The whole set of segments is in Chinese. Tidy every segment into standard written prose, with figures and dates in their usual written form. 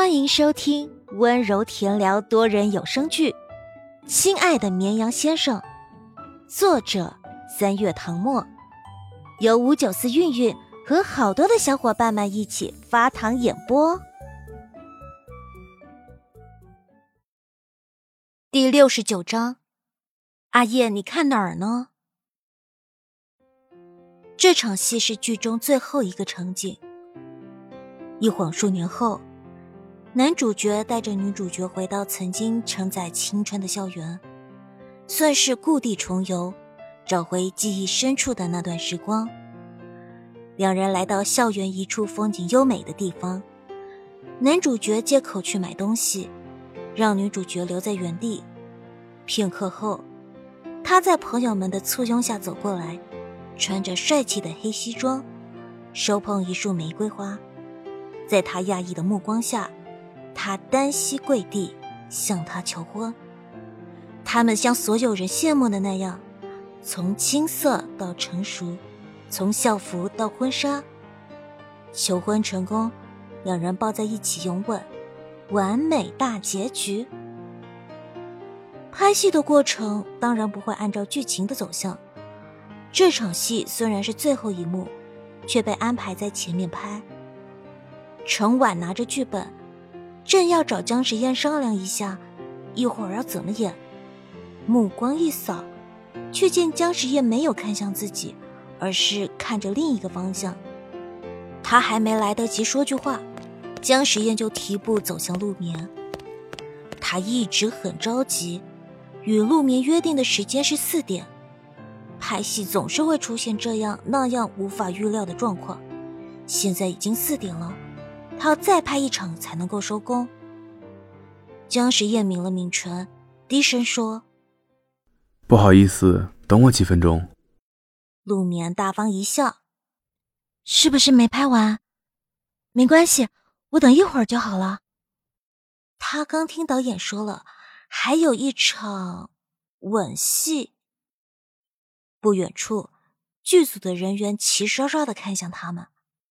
欢迎收听温柔甜聊多人有声剧《亲爱的绵羊先生》，作者三月唐末，由594韵韵和好多的小伙伴们一起发糖演播。第69章，阿燕你看哪儿呢？这场戏是剧中最后一个场景。一晃数年后，男主角带着女主角回到曾经承载青春的校园，算是故地重游，找回记忆深处的那段时光。两人来到校园一处风景优美的地方，男主角借口去买东西，让女主角留在原地。片刻后，他在朋友们的簇拥下走过来，穿着帅气的黑西装，手捧一束玫瑰花。在他讶异的目光下，他单膝跪地向他求婚。他们像所有人羡慕的那样，从青涩到成熟，从校服到婚纱。求婚成功，两人抱在一起拥吻，完美大结局。拍戏的过程当然不会按照剧情的走向，这场戏虽然是最后一幕，却被安排在前面拍。程婉拿着剧本，正要找姜时宴商量一下一会儿要怎么演，目光一扫，却见姜时宴没有看向自己，而是看着另一个方向。他还没来得及说句话，姜时宴就提步走向陆眠。他一直很着急，与陆眠约定的时间是4点，拍戏总是会出现这样那样无法预料的状况，现在已经4点了，他要再拍一场才能够收工。姜时宴抿了抿唇，低声说： 不好意思，等我几分钟。 陆眠大方一笑：是不是没拍完？没关系，我等一会儿就好了。他刚听导演说了，还有一场吻戏。不远处，剧组的人员齐刷刷地看向他们。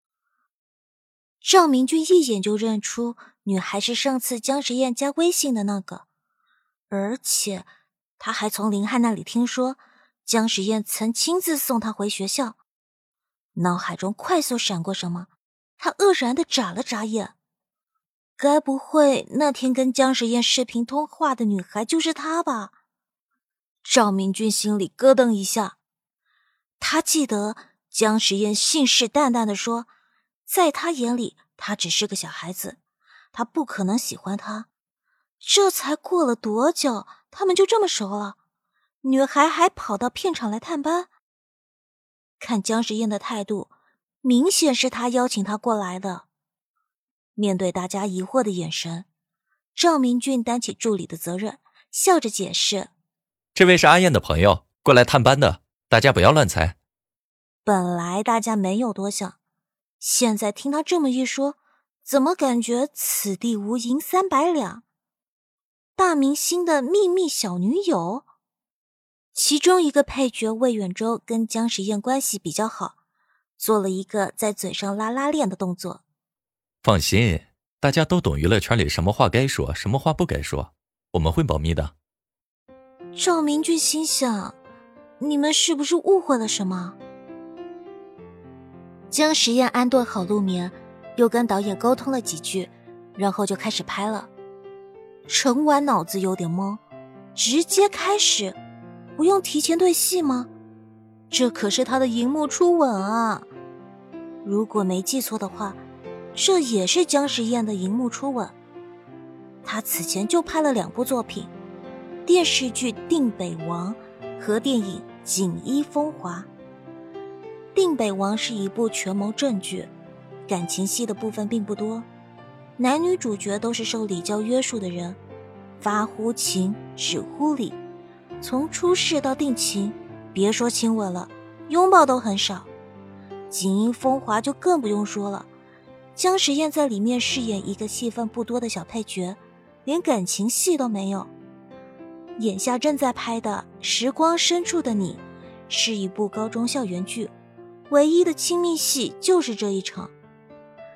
赵明俊一眼就认出女孩是上次姜时宴加微信的那个，而且他还从林汉那里听说姜时宴曾亲自送他回学校。脑海中快速闪过什么，他愕然地眨了眨眼。该不会那天跟姜时宴视频通话的女孩就是他吧？赵明俊心里咯噔一下。他记得姜时宴信誓旦旦地说，在他眼里他只是个小孩子，他不可能喜欢他。这才过了多久，他们就这么熟了？女孩还跑到片场来探班。看姜时宴的态度，明显是他邀请他过来的。面对大家疑惑的眼神，赵明俊担起助理的责任，笑着解释： 这位是阿燕的朋友，过来探班的，大家不要乱猜。 本来大家没有多想，现在听他这么一说，怎么感觉此地无银300两？大明星的秘密小女友？其中一个配角魏远洲跟姜时宴关系比较好，做了一个在嘴上拉拉链的动作。 放心，大家都懂娱乐圈里什么话该说，什么话不该说，我们会保密的。 赵明俊心想，你们是不是误会了什么？姜时宴安顿好陆眠，又跟导演沟通了几句，然后就开始拍了。程婉脑子有点懵，直接开始，不用提前对戏吗？这可是他的荧幕初吻啊！如果没记错的话，这也是姜时宴的荧幕初吻。他此前就拍了2部作品，电视剧《定北王》和电影《锦衣风华》。《定北王》是一部权谋正剧，感情戏的部分并不多，男女主角都是受礼教约束的人，发乎情，止乎礼。从出世到定情，别说亲吻了，拥抱都很少。《锦衣风华》就更不用说了，姜时宴在里面饰演一个戏份不多的小配角，连感情戏都没有。眼下正在拍的《时光深处的你》是一部高中校园剧，唯一的亲密戏就是这一场。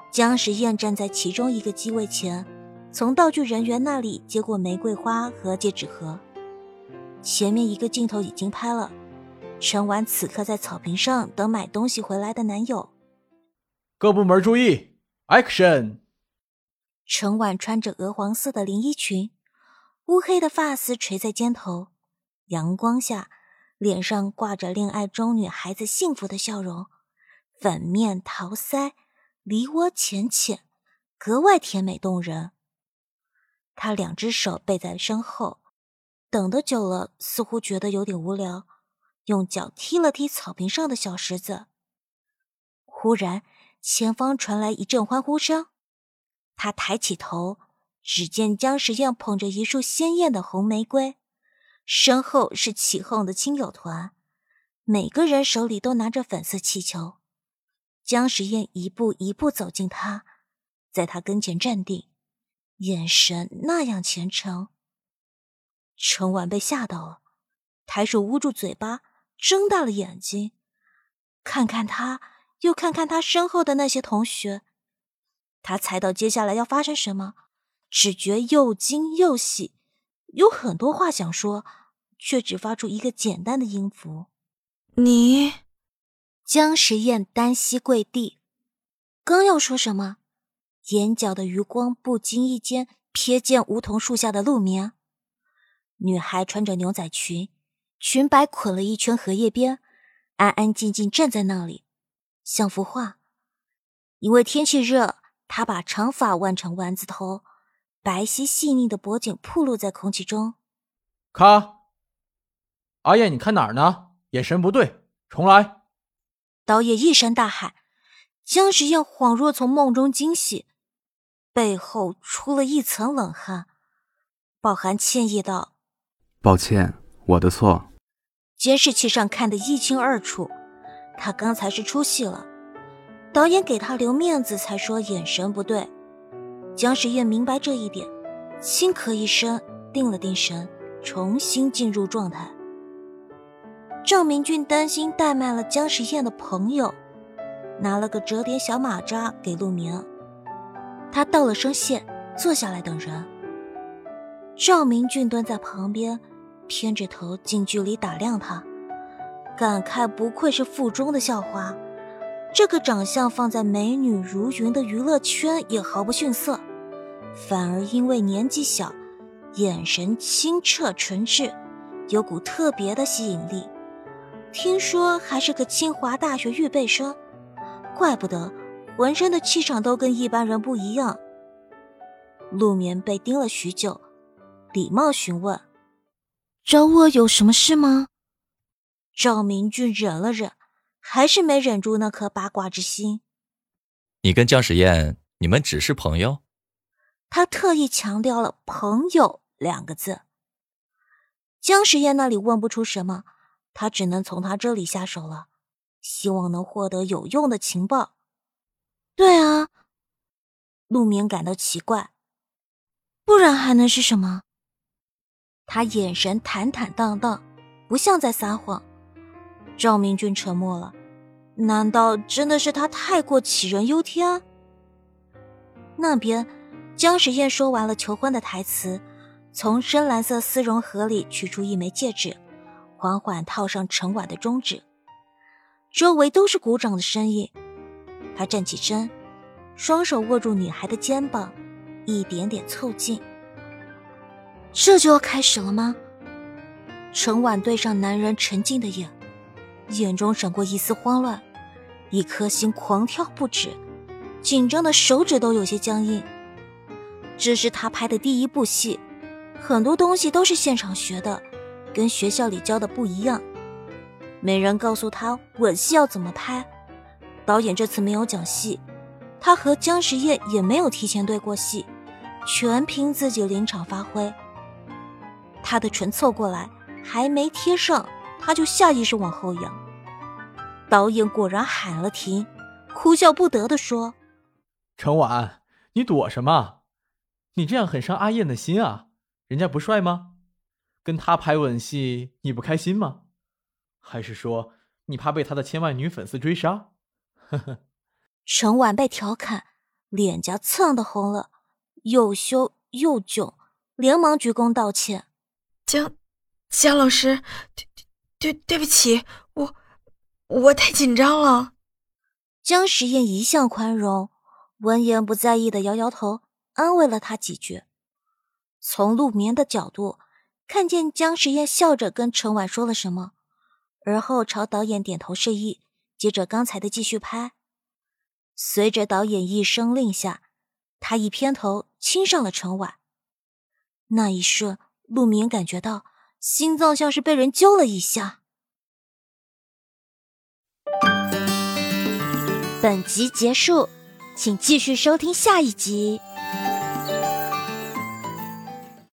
姜时宴站在其中一个机位前，从道具人员那里接过玫瑰花和戒指盒。前面一个镜头已经拍了，陈婉此刻在草坪上等买东西回来的男友。 各部门注意 ，Action！ 陈婉穿着鹅黄色的连衣裙，乌黑的发丝垂在肩头，阳光下脸上挂着恋爱中女孩子幸福的笑容，粉面桃腮，梨涡浅浅，格外甜美动人。她两只手背在身后，等得久了似乎觉得有点无聊，用脚踢了踢草坪上的小石子。忽然前方传来一阵欢呼声，他抬起头，只见姜时宴捧着一束鲜艳的红玫瑰，身后是起哄的亲友团，每个人手里都拿着粉色气球。姜时宴一步一步走近他，在他跟前站定，眼神那样虔诚。陈婉被吓到了，抬手捂住嘴巴，睁大了眼睛，看看他，又看看他身后的那些同学。他猜到接下来要发生什么，只觉又惊又喜，有很多话想说，却只发出一个简单的音符。 你…… 姜时宴单膝跪地，刚要说什么，眼角的余光不经意间瞥见梧桐树下的陆眠。女孩穿着牛仔裙，裙摆捆了一圈荷叶边，安安静静站在那里，像幅画。因为天气热，她把长发挽成丸子头，白皙细腻的脖颈暴露在空气中。 咔！阿燕，你看哪儿呢？眼神不对，重来。 导演一声大喊，姜时宴恍若从梦中惊醒，背后出了一层冷汗，饱含歉意道： 抱歉，我的错。 监视器上看得一清二楚，他刚才是出戏了，导演给他留面子才说眼神不对。姜时宴明白这一点，轻咳一声，定了定神，重新进入状态。赵明俊担心怠慢了姜时宴的朋友，拿了个折叠小马扎给陆眠。他道了声谢，坐下来等人。赵明俊蹲在旁边，偏着头近距离打量他，感慨不愧是附中的校花，这个长相放在美女如云的娱乐圈也毫不逊色，反而因为年纪小，眼神清澈纯质，有股特别的吸引力。听说还是个清华大学预备生，怪不得浑身的气场都跟一般人不一样。陆眠被盯了许久，礼貌询问： 找我有什么事吗？ 赵明俊忍了忍，还是没忍住那颗八卦之心。 你跟姜时宴，你们只是朋友？ 他特意强调了朋友2个字。姜时宴那里问不出什么，他只能从他这里下手了，希望能获得有用的情报。 对啊， 陆眠感到奇怪， 不然还能是什么？ 他眼神坦坦荡荡，不像在撒谎。赵明俊沉默了，难道真的是他太过杞人忧天？那边姜时宴说完了求婚的台词，从深蓝色丝绒盒里取出一枚戒指，缓缓套上陈婉的中指。周围都是鼓掌的声音。他站起身，双手握住女孩的肩膀，一点点凑近。 这就要开始了吗？ 陈婉对上男人沉静的眼，眼中闪过一丝慌乱，一颗心狂跳不止，紧张的手指都有些僵硬。这是他拍的第一部戏，很多东西都是现场学的，跟学校里教的不一样。没人告诉他吻戏要怎么拍，导演这次没有讲戏，他和姜时宴也没有提前对过戏，全凭自己临场发挥。他的唇凑过来，还没贴上，他就下意识往后仰。导演果然喊了停，哭笑不得地说： 陈婉，你躲什么？你这样很伤阿燕的心啊，人家不帅吗？跟他拍吻戏你不开心吗？还是说你怕被他的千万女粉丝追杀？呵呵。 陈婉被调侃， 脸颊蹭的红了，又羞又囧，连忙鞠躬道歉。 江老师，对不起，我太紧张了。 江时宴一向宽容，闻言不在意的摇摇头，安慰了他几句。从陆眠的角度看见江时宴笑着跟陈婉说了什么，而后朝导演点头示意，接着刚才的继续拍。随着导演一声令下，他一偏头亲上了陈婉。那一瞬，陆眠感觉到心脏像是被人揪了一下。本集结束，请继续收听下一集。